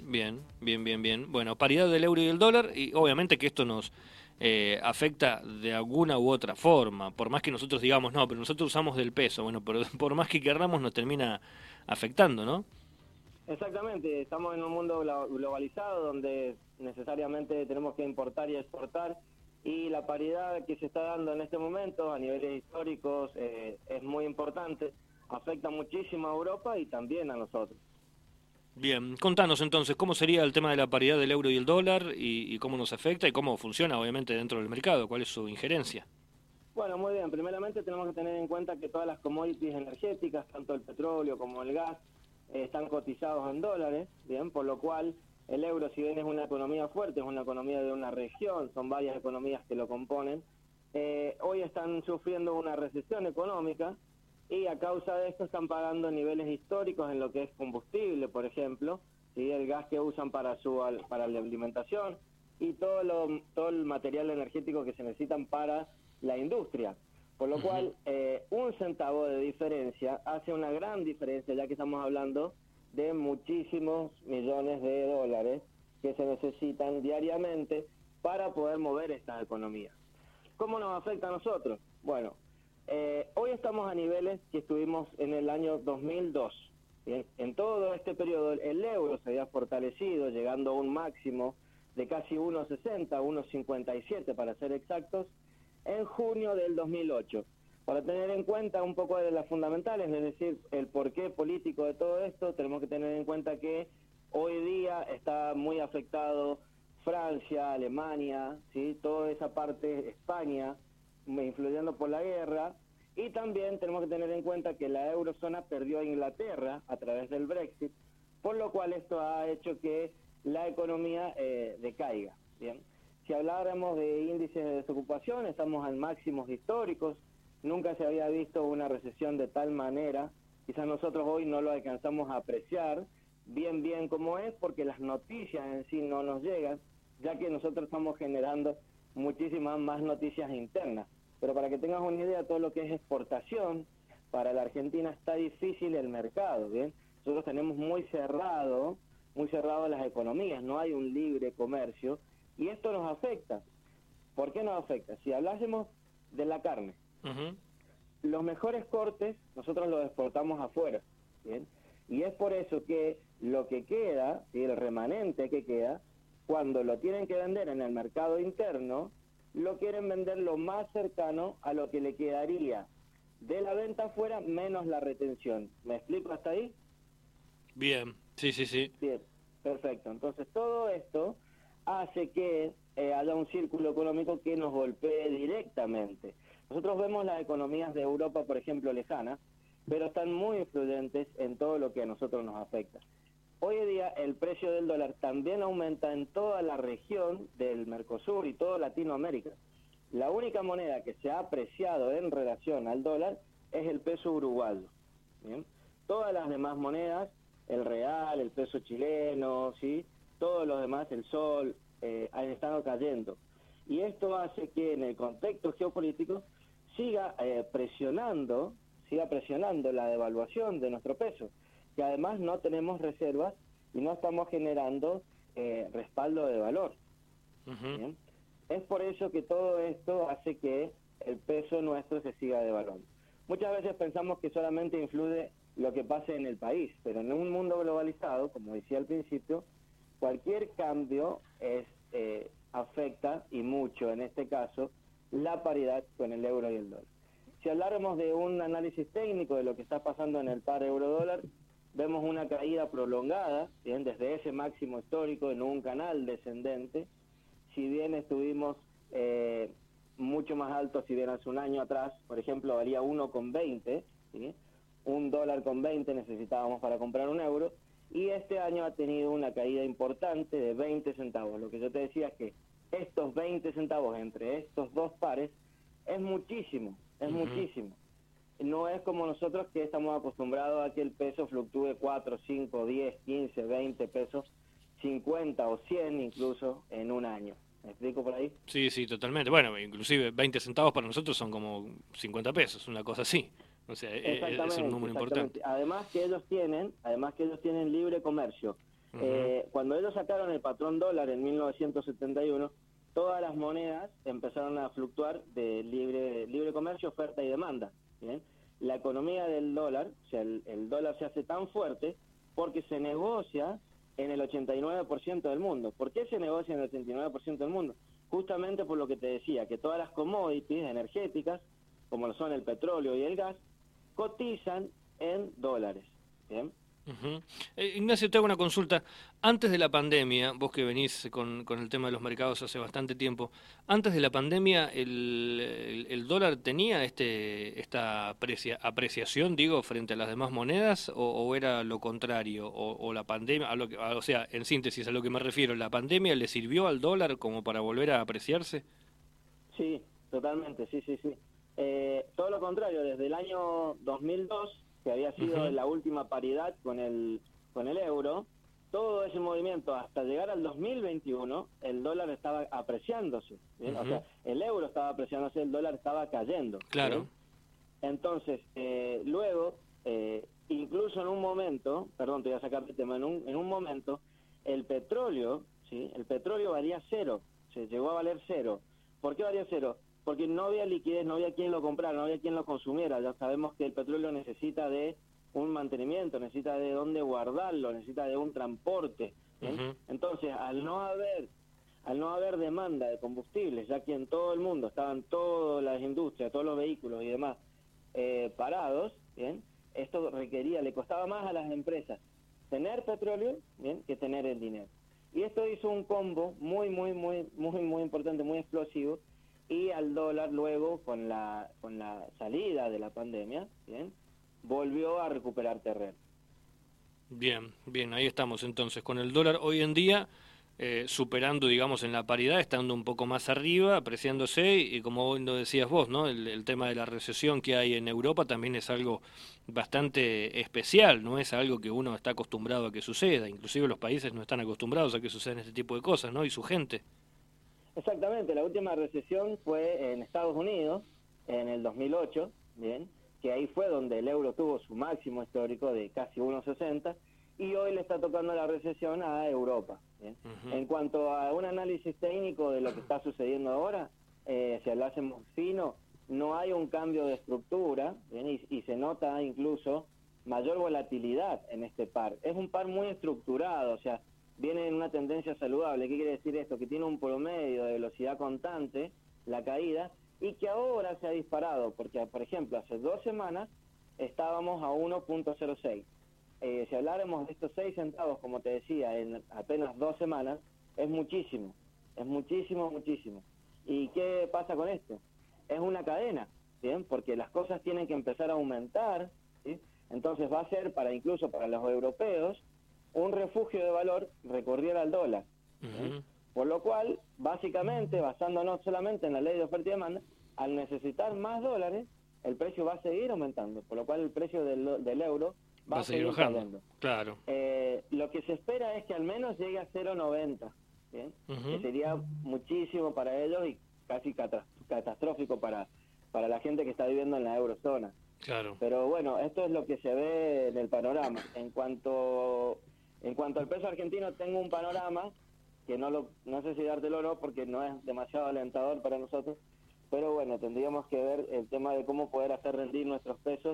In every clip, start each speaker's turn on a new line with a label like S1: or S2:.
S1: Bien, bien, bien, bien. Bueno, paridad del euro y el dólar, y obviamente que esto nos afecta de alguna u otra forma, por más que nosotros digamos, no, pero nosotros usamos del peso, bueno, pero por más que querramos nos termina afectando, ¿no?
S2: Exactamente, estamos en un mundo globalizado donde necesariamente tenemos que importar y exportar y la paridad que se está dando en este momento a niveles históricos es muy importante, afecta muchísimo a Europa y también a nosotros.
S1: Bien, contanos entonces, ¿cómo sería el tema de la paridad del euro y el dólar y cómo nos afecta y cómo funciona obviamente dentro del mercado? ¿Cuál es su injerencia?
S2: Bueno, muy bien, primeramente tenemos que tener en cuenta que todas las commodities energéticas, tanto el petróleo como el gas, están cotizados en dólares, bien, por lo cual el euro, si bien es una economía fuerte, es una economía de una región, son varias economías que lo componen, hoy están sufriendo una recesión económica y a causa de esto están pagando niveles históricos en lo que es combustible, por ejemplo, ¿sí? El gas que usan para la alimentación y todo el material energético que se necesitan para la industria. Por lo
S1: Ujú.
S2: cual, un centavo de diferencia hace una gran diferencia, ya que estamos hablando de muchísimos millones de dólares que se necesitan diariamente para poder mover estas economías. ¿Cómo nos afecta a nosotros? Bueno, hoy estamos a niveles que estuvimos en el año 2002. Bien, en todo este periodo el euro se había fortalecido, llegando a un máximo de casi 1,60, 1,57 para ser exactos, en junio del 2008. Para tener en cuenta un poco de las fundamentales, es decir, el porqué político de todo esto, tenemos que tener en cuenta que hoy día está muy afectado Francia, Alemania, ¿sí? Toda esa parte, España, influyendo por la guerra, y también tenemos que tener en cuenta que la eurozona perdió a Inglaterra a través del Brexit, por lo cual esto ha hecho que la economía decaiga, ¿bien? Si habláramos de índices de desocupación, estamos en máximos históricos, nunca se había visto una recesión de tal manera, quizás nosotros hoy no lo alcanzamos a apreciar bien como es, porque las noticias en sí no nos llegan, ya que nosotros estamos generando muchísimas más noticias internas. Pero para que tengas una idea, todo lo que es exportación, para la Argentina está difícil el mercado, ¿bien? Nosotros tenemos muy cerrado las economías, no hay un libre comercio, y esto nos afecta. ¿Por qué nos afecta? Si hablásemos de la carne,
S1: Ujú.
S2: los mejores cortes nosotros los exportamos afuera, ¿bien? Y es por eso que lo que queda, ¿sí? El remanente que queda, cuando lo tienen que vender en el mercado interno, lo quieren vender lo más cercano a lo que le quedaría de la venta afuera menos la retención. ¿Me explico hasta ahí?
S1: Bien, sí, sí, sí.
S2: Bien, perfecto. Entonces todo esto hace que haya un círculo económico que nos golpee directamente. Nosotros vemos las economías de Europa, por ejemplo, lejanas, pero están muy influyentes en todo lo que a nosotros nos afecta. Hoy en día el precio del dólar también aumenta en toda la región del Mercosur y toda Latinoamérica. La única moneda que se ha apreciado en relación al dólar es el peso uruguayo. ¿Bien? Todas las demás monedas, el real, el peso chileno, ¿sí? Todos los demás, el sol, han estado cayendo. Y esto hace que en el contexto geopolítico siga siga presionando la devaluación de nuestro peso, que además no tenemos reservas y no estamos generando respaldo de valor.
S1: Ujú.
S2: ¿Bien? Es por eso que todo esto hace que el peso nuestro se siga devaluando. Muchas veces pensamos que solamente influye lo que pase en el país, pero en un mundo globalizado, como decía al principio, cualquier cambio afecta, y mucho en este caso, la paridad con el euro y el dólar. Si habláramos de un análisis técnico de lo que está pasando en el par euro-dólar, vemos una caída prolongada, ¿bien? Desde ese máximo histórico en un canal descendente, si bien estuvimos mucho más altos, si bien hace un año atrás, por ejemplo, valía 1,20, ¿sí? Un dólar con 20 necesitábamos para comprar un euro, y este año ha tenido una caída importante de 20 centavos. Lo que yo te decía es que estos 20 centavos entre estos dos pares es muchísimo, es
S1: Ujú.
S2: muchísimo. No es como nosotros que estamos acostumbrados a que el peso fluctúe 4, 5, 10, 15, 20 pesos, 50 o 100 incluso en un año. ¿Me explico por ahí?
S1: Sí, sí, totalmente. Bueno, inclusive 20 centavos para nosotros son como 50 pesos, una cosa así. O sea, es un
S2: Exactamente,
S1: número importante.
S2: exactamente. Además que ellos tienen libre comercio. Cuando ellos sacaron el patrón dólar en 1971, todas las monedas empezaron a fluctuar de libre comercio, oferta y demanda. ¿Bien? La economía del dólar, o sea, el dólar se hace tan fuerte porque se negocia en el 89% del mundo. ¿Por qué se negocia en el 89% del mundo? Justamente por lo que te decía, que todas las commodities energéticas, como lo son el petróleo y el gas, cotizan en dólares. ¿Bien?
S1: Ignacio, te hago una consulta. Antes de la pandemia, vos que venís con el tema de los mercados hace bastante tiempo, antes de la pandemia, ¿el dólar tenía esta apreciación, digo, frente a las demás monedas, o era lo contrario? O la pandemia, o sea, en síntesis, a lo que me refiero, ¿la pandemia le sirvió al dólar como para volver a apreciarse?
S2: Sí, totalmente, sí, sí, sí. Todo lo contrario, desde el año 2002, que había sido la última paridad con el euro, todo ese movimiento hasta llegar al 2021, el dólar estaba apreciándose, ¿bien? O sea, el euro estaba apreciándose, el dólar estaba cayendo.
S1: Claro.
S2: ¿Bien? Entonces, luego, incluso en un momento, perdón, te voy a sacar el tema, en un momento, el petróleo, ¿sí? El petróleo valía cero, se llegó a valer cero. ¿Por qué valía cero? Porque no había liquidez, no había quien lo comprara, no había quien lo consumiera. Ya sabemos que el petróleo necesita de un mantenimiento, necesita de dónde guardarlo, necesita de un transporte. Entonces, al no haber demanda de combustibles, ya que en todo el mundo estaban todas las industrias, todos los vehículos y demás parados, ¿bien? Esto le costaba más a las empresas tener petróleo, ¿bien?, que tener el dinero. Y esto hizo un combo muy importante, muy explosivo, y al dólar luego, con la salida de la pandemia, ¿bien?, volvió a recuperar terreno.
S1: Bien, bien, ahí estamos entonces, con el dólar hoy en día superando, digamos, en la paridad, estando un poco más arriba, apreciándose, y como lo decías vos, ¿no? El tema de la recesión que hay en Europa también es algo bastante especial, no es algo que uno está acostumbrado a que suceda, inclusive los países no están acostumbrados a que sucedan este tipo de cosas, ¿no? Y su gente.
S2: Exactamente, la última recesión fue en Estados Unidos, en el 2008, ¿bien?, que ahí fue donde el euro tuvo su máximo histórico de casi 1,60, y hoy le está tocando la recesión a Europa. ¿Bien? En cuanto a un análisis técnico de lo que está sucediendo ahora, si lo hacemos fino, no hay un cambio de estructura, ¿bien?, y se nota incluso mayor volatilidad en este par. Es un par muy estructurado, o sea, viene en una tendencia saludable. ¿Qué quiere decir esto? Que tiene un promedio de velocidad constante, la caída, y que ahora se ha disparado, porque, por ejemplo, hace 2 semanas estábamos a 1.06. Si habláramos de estos 6 centavos, como te decía, en apenas 2 semanas, es muchísimo, muchísimo. ¿Y qué pasa con esto? Es una cadena, ¿bien? Porque las cosas tienen que empezar a aumentar, ¿sí? Entonces va a ser, incluso para los europeos, un refugio de valor recurrir al dólar. Por lo cual, básicamente, basándonos solamente en la ley de oferta y demanda, al necesitar más dólares, el precio va a seguir aumentando, por lo cual el precio del euro va a seguir bajando.
S1: Claro.
S2: Lo que se espera es que al menos llegue a 0,90, ¿bien? Que sería muchísimo para ellos y casi catastrófico para la gente que está viviendo en la eurozona.
S1: Claro.
S2: Pero bueno, esto es lo que se ve en el panorama. En cuanto al peso argentino, tengo un panorama que no sé si dártelo o no, porque no es demasiado alentador para nosotros, pero bueno, tendríamos que ver el tema de cómo poder hacer rendir nuestros pesos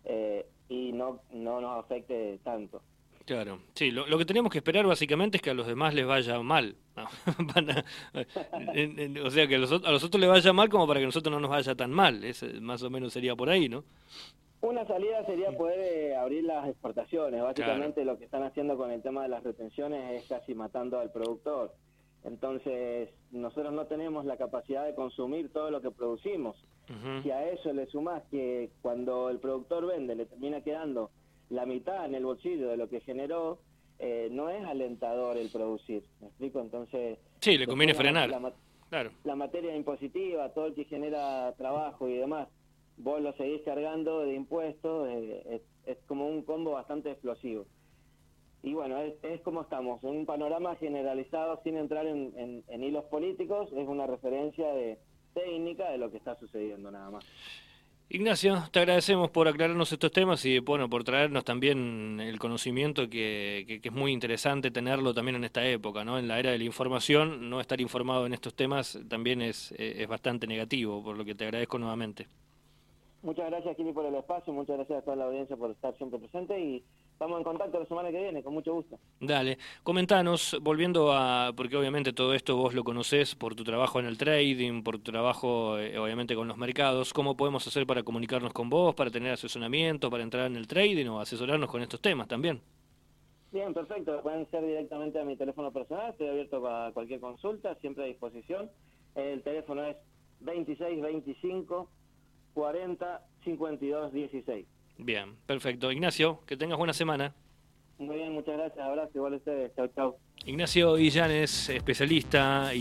S2: y no nos afecte tanto.
S1: Claro, sí, lo que tenemos que esperar básicamente es que a los demás les vaya mal, ¿no? O sea, que a los otros les vaya mal como para que a nosotros no nos vaya tan mal, más o menos sería por ahí, ¿no?
S2: Una salida sería poder abrir las exportaciones. Básicamente
S1: Claro.
S2: Lo que están haciendo con el tema de las retenciones es casi matando al productor. Entonces, nosotros no tenemos la capacidad de consumir todo lo que producimos. Si a eso le sumás que cuando el productor vende le termina quedando la mitad en el bolsillo de lo que generó, no es alentador el producir. ¿Me explico? Entonces,
S1: sí, le conviene frenar. Claro.
S2: La materia impositiva, todo el que genera trabajo y demás, vos lo seguís cargando de impuestos, es como un combo bastante explosivo. Y bueno, es como estamos, un panorama generalizado sin entrar en hilos políticos, es una referencia técnica de lo que está sucediendo nada más.
S1: Ignacio, te agradecemos por aclararnos estos temas y bueno, por traernos también el conocimiento que es muy interesante tenerlo también en esta época, ¿no? En la era de la información, no estar informado en estos temas también es bastante negativo, por lo que te agradezco nuevamente.
S2: Muchas gracias, Kili, por el espacio, muchas gracias a toda la audiencia por estar siempre presente y estamos en contacto la semana que viene, con mucho gusto.
S1: Dale, comentanos, volviendo a, porque obviamente todo esto vos lo conocés por tu trabajo en el trading, por tu trabajo obviamente con los mercados, ¿cómo podemos hacer para comunicarnos con vos, para tener asesoramiento, para entrar en el trading o asesorarnos con estos temas también?
S2: Bien, perfecto, pueden ser directamente a mi teléfono personal, estoy abierto a cualquier consulta, siempre a disposición. El teléfono es 2625 40 52 16.
S1: Bien, perfecto. Ignacio, que tengas buena semana.
S2: Muy bien, muchas gracias, abrazo, igual a ustedes, chau chau.
S1: Ignacio Illanes, especialista